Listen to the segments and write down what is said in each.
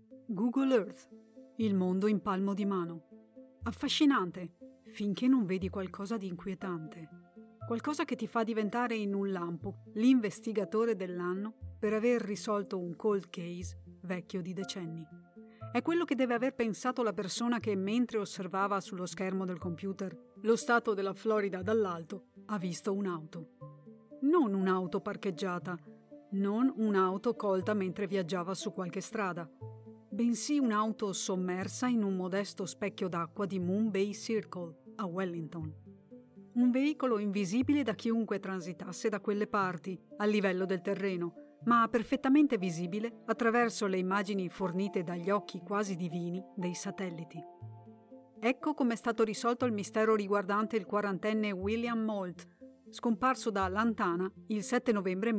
Google Earth, il mondo in palmo di mano. Affascinante, finché non vedi qualcosa di inquietante. Qualcosa che ti fa diventare in un lampo l'investigatore dell'anno per aver risolto un cold case vecchio di decenni. È quello che deve aver pensato la persona che, mentre osservava sullo schermo del computer lo stato della Florida dall'alto, ha visto un'auto. Non un'auto parcheggiata, non un'auto colta mentre viaggiava su qualche strada, bensì un'auto sommersa in un modesto specchio d'acqua di Moon Bay Circle a Wellington. Un veicolo invisibile da chiunque transitasse da quelle parti, a livello del terreno, ma perfettamente visibile attraverso le immagini fornite dagli occhi quasi divini dei satelliti. Ecco come è stato risolto il mistero riguardante il quarantenne William Moult, scomparso da Lantana il 7 novembre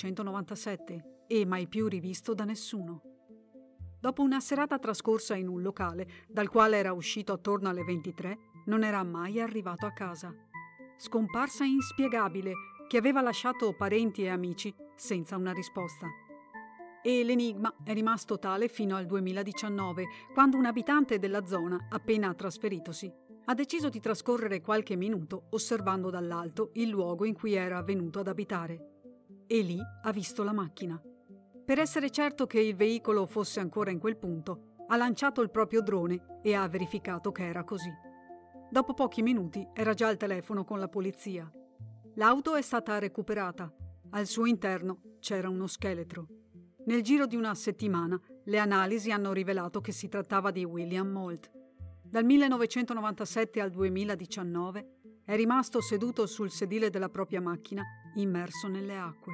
1997 e mai più rivisto da nessuno. Dopo una serata trascorsa in un locale, dal quale era uscito attorno alle 23, non era mai arrivato a casa. Scomparsa inspiegabile che aveva lasciato parenti e amici senza una risposta. E l'enigma è rimasto tale fino al 2019, quando un abitante della zona, appena trasferitosi, ha deciso di trascorrere qualche minuto osservando dall'alto il luogo in cui era venuto ad abitare. E lì ha visto la macchina. Per essere certo che il veicolo fosse ancora in quel punto, ha lanciato il proprio drone e ha verificato che era così. Dopo pochi minuti era già al telefono con la polizia. L'auto è stata recuperata. Al suo interno c'era uno scheletro. Nel giro di una settimana le analisi hanno rivelato che si trattava di William Moult. Dal 1997 al 2019 è rimasto seduto sul sedile della propria macchina, immerso nelle acque.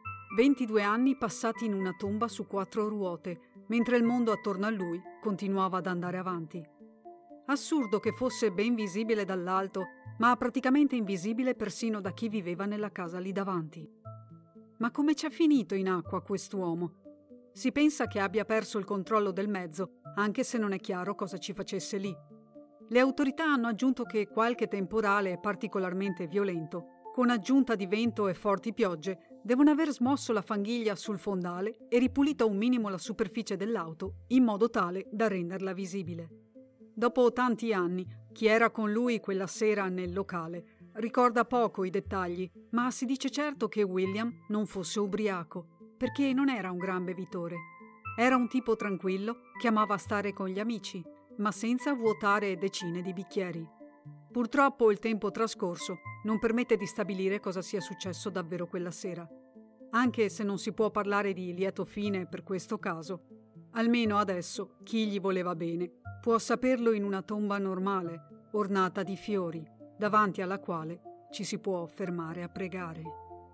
22 anni passati in una tomba su 4 ruote, mentre il mondo attorno a lui continuava ad andare avanti. Assurdo che fosse ben visibile dall'alto, ma praticamente invisibile persino da chi viveva nella casa lì davanti. Ma come c'è finito in acqua quest'uomo? Si pensa che abbia perso il controllo del mezzo, anche se non è chiaro cosa ci facesse lì. Le autorità hanno aggiunto che qualche temporale particolarmente violento, con aggiunta di vento e forti piogge, devono aver smosso la fanghiglia sul fondale e ripulito un minimo la superficie dell'auto in modo tale da renderla visibile. Dopo tanti anni, chi era con lui quella sera nel locale ricorda poco i dettagli, ma si dice certo che William non fosse ubriaco, perché non era un gran bevitore. Era un tipo tranquillo che amava stare con gli amici, ma senza vuotare decine di bicchieri. Purtroppo il tempo trascorso non permette di stabilire cosa sia successo davvero quella sera. Anche se non si può parlare di lieto fine per questo caso, almeno adesso chi gli voleva bene può saperlo in una tomba normale, ornata di fiori, davanti alla quale ci si può fermare a pregare.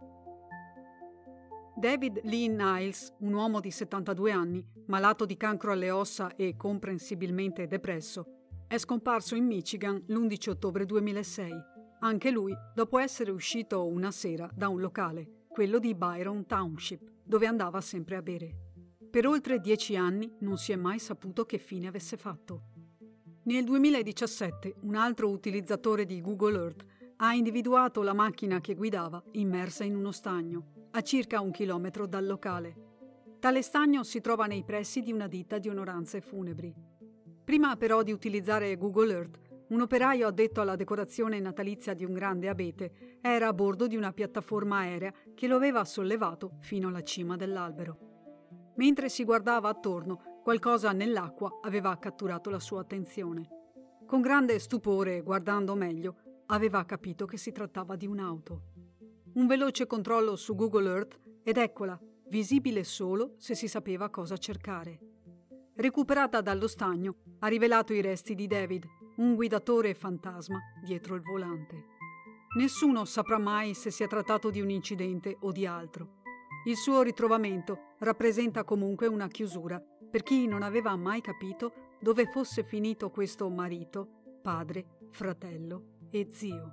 David Lee Niles, un uomo di 72 anni, malato di cancro alle ossa e comprensibilmente depresso, è scomparso in Michigan l'11 ottobre 2006, anche lui dopo essere uscito una sera da un locale, quello di Byron Township, dove andava sempre a bere. Per oltre 10 anni non si è mai saputo che fine avesse fatto. Nel 2017 un altro utilizzatore di Google Earth ha individuato la macchina che guidava immersa in uno stagno, a circa 1 chilometro dal locale. Tale stagno si trova nei pressi di una ditta di onoranze funebri. Prima però di utilizzare Google Earth, un operaio addetto alla decorazione natalizia di un grande abete era a bordo di una piattaforma aerea che lo aveva sollevato fino alla cima dell'albero. Mentre si guardava attorno, qualcosa nell'acqua aveva catturato la sua attenzione. Con grande stupore, guardando meglio, aveva capito che si trattava di un'auto. Un veloce controllo su Google Earth ed eccola, visibile solo se si sapeva cosa cercare. Recuperata dallo stagno, ha rivelato i resti di David, un guidatore fantasma dietro il volante. Nessuno saprà mai se si è trattato di un incidente o di altro. Il suo ritrovamento rappresenta comunque una chiusura per chi non aveva mai capito dove fosse finito questo marito, padre, fratello e zio.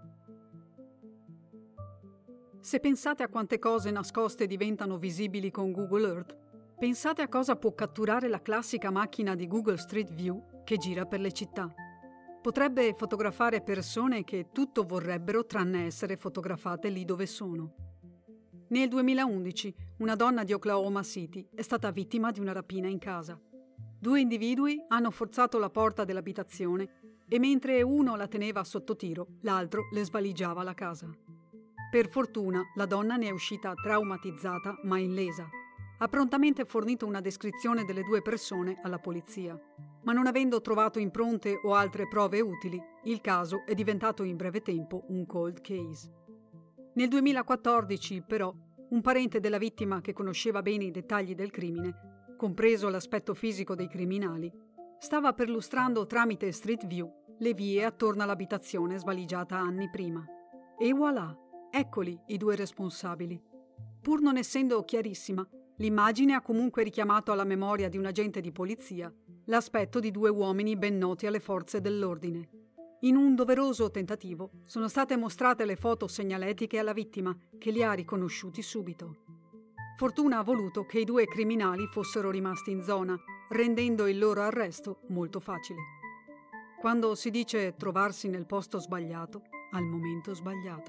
Se pensate a quante cose nascoste diventano visibili con Google Earth, pensate a cosa può catturare la classica macchina di Google Street View che gira per le città. Potrebbe fotografare persone che tutto vorrebbero tranne essere fotografate lì dove sono. Nel 2011 una donna di Oklahoma City è stata vittima di una rapina in casa. 2 individui hanno forzato la porta dell'abitazione e mentre uno la teneva sotto tiro, l'altro le svaligiava la casa. Per fortuna la donna ne è uscita traumatizzata ma illesa. Ha prontamente fornito una descrizione delle 2 persone alla polizia, ma non avendo trovato impronte o altre prove utili, il caso è diventato in breve tempo un cold case. Nel 2014, però, un parente della vittima che conosceva bene i dettagli del crimine, compreso l'aspetto fisico dei criminali, stava perlustrando tramite Street View le vie attorno all'abitazione svaligiata anni prima. E voilà, eccoli i 2 responsabili. Pur non essendo chiarissima, l'immagine ha comunque richiamato alla memoria di un agente di polizia l'aspetto di 2 uomini ben noti alle forze dell'ordine. In un doveroso tentativo sono state mostrate le foto segnaletiche alla vittima, che li ha riconosciuti subito. Fortuna ha voluto che i 2 criminali fossero rimasti in zona, rendendo il loro arresto molto facile. Quando si dice trovarsi nel posto sbagliato, al momento sbagliato.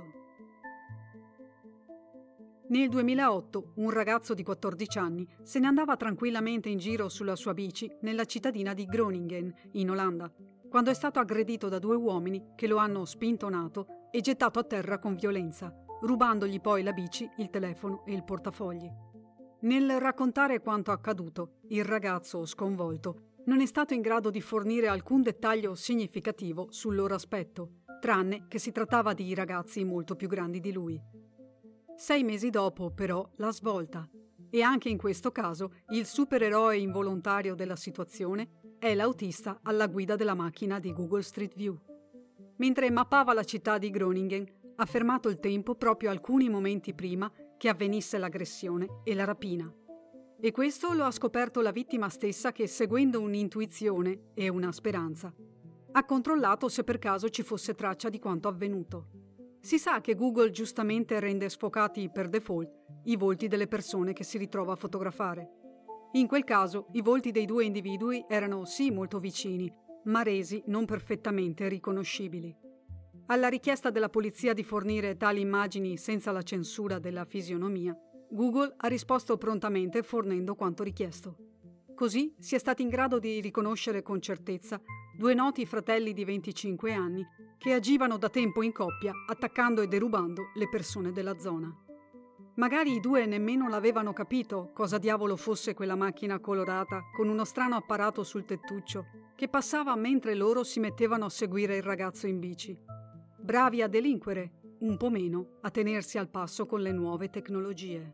Nel 2008 un ragazzo di 14 anni se ne andava tranquillamente in giro sulla sua bici nella cittadina di Groningen, in Olanda, quando è stato aggredito da 2 uomini che lo hanno spintonato e gettato a terra con violenza, rubandogli poi la bici, il telefono e il portafogli. Nel raccontare quanto accaduto, il ragazzo, sconvolto, non è stato in grado di fornire alcun dettaglio significativo sul loro aspetto, tranne che si trattava di ragazzi molto più grandi di lui. 6 mesi dopo, però, la svolta. E anche in questo caso il supereroe involontario della situazione è l'autista alla guida della macchina di Google Street View. Mentre mappava la città di Groningen, ha fermato il tempo proprio alcuni momenti prima che avvenisse l'aggressione e la rapina. E questo lo ha scoperto la vittima stessa che, seguendo un'intuizione e una speranza, ha controllato se per caso ci fosse traccia di quanto avvenuto. Si sa che Google giustamente rende sfocati per default i volti delle persone che si ritrova a fotografare. In quel caso i volti dei 2 individui erano sì molto vicini, ma resi non perfettamente riconoscibili. Alla richiesta della polizia di fornire tali immagini senza la censura della fisionomia, Google ha risposto prontamente fornendo quanto richiesto. Così si è stati in grado di riconoscere con certezza 2 noti fratelli di 25 anni che agivano da tempo in coppia attaccando e derubando le persone della zona. Magari i 2 nemmeno l'avevano capito cosa diavolo fosse quella macchina colorata con uno strano apparato sul tettuccio che passava mentre loro si mettevano a seguire il ragazzo in bici. Bravi a delinquere, un po' meno a tenersi al passo con le nuove tecnologie.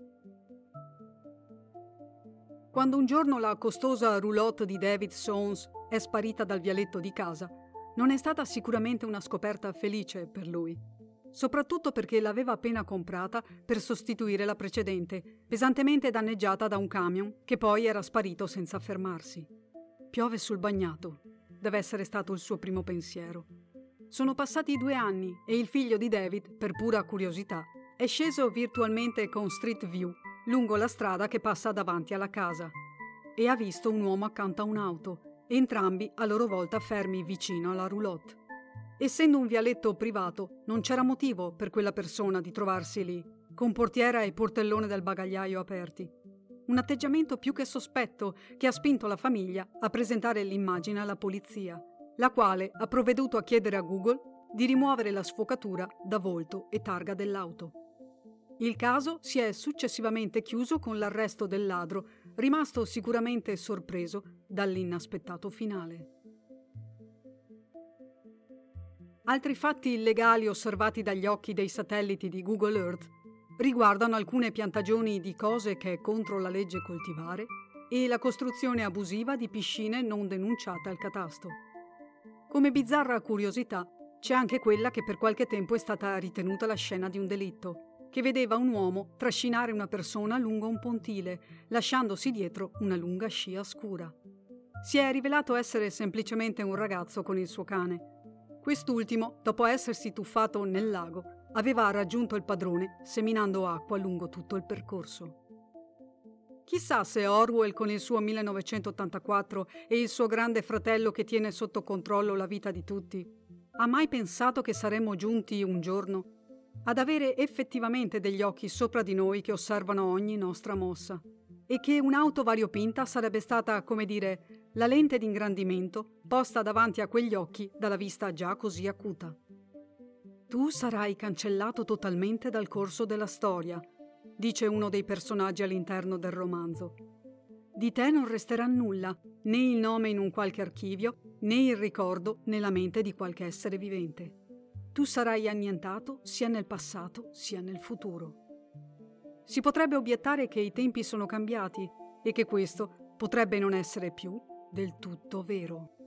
Quando un giorno la costosa roulotte di David Soames è sparita dal vialetto di casa, non è stata sicuramente una scoperta felice per lui, soprattutto perché l'aveva appena comprata per sostituire la precedente, pesantemente danneggiata da un camion che poi era sparito senza fermarsi. Piove sul bagnato, deve essere stato il suo primo pensiero. Sono passati 2 anni e il figlio di David, per pura curiosità, è sceso virtualmente con Street View lungo la strada che passa davanti alla casa e ha visto un uomo accanto a un'auto, entrambi a loro volta fermi vicino alla roulotte. Essendo un vialetto privato, non c'era motivo per quella persona di trovarsi lì, con portiera e portellone del bagagliaio aperti. Un atteggiamento più che sospetto che ha spinto la famiglia a presentare l'immagine alla polizia, la quale ha provveduto a chiedere a Google di rimuovere la sfocatura da volto e targa dell'auto. Il caso si è successivamente chiuso con l'arresto del ladro, rimasto sicuramente sorpreso dall'inaspettato finale. Altri fatti illegali osservati dagli occhi dei satelliti di Google Earth riguardano alcune piantagioni di cose che è contro la legge coltivare e la costruzione abusiva di piscine non denunciate al catasto. Come bizzarra curiosità, c'è anche quella che per qualche tempo è stata ritenuta la scena di un delitto, che vedeva un uomo trascinare una persona lungo un pontile, lasciandosi dietro una lunga scia scura. Si è rivelato essere semplicemente un ragazzo con il suo cane. Quest'ultimo, dopo essersi tuffato nel lago, aveva raggiunto il padrone seminando acqua lungo tutto il percorso. Chissà se Orwell con il suo 1984 e il suo grande fratello che tiene sotto controllo la vita di tutti, ha mai pensato che saremmo giunti un giorno ad avere effettivamente degli occhi sopra di noi che osservano ogni nostra mossa e che un'auto variopinta sarebbe stata, come dire, la lente d'ingrandimento posta davanti a quegli occhi dalla vista già così acuta. Tu sarai cancellato totalmente dal corso della storia, dice uno dei personaggi all'interno del romanzo. Di te non resterà nulla, né il nome in un qualche archivio, né il ricordo nella mente di qualche essere vivente. Tu sarai annientato sia nel passato sia nel futuro. Si potrebbe obiettare che i tempi sono cambiati e che questo potrebbe non essere più del tutto vero.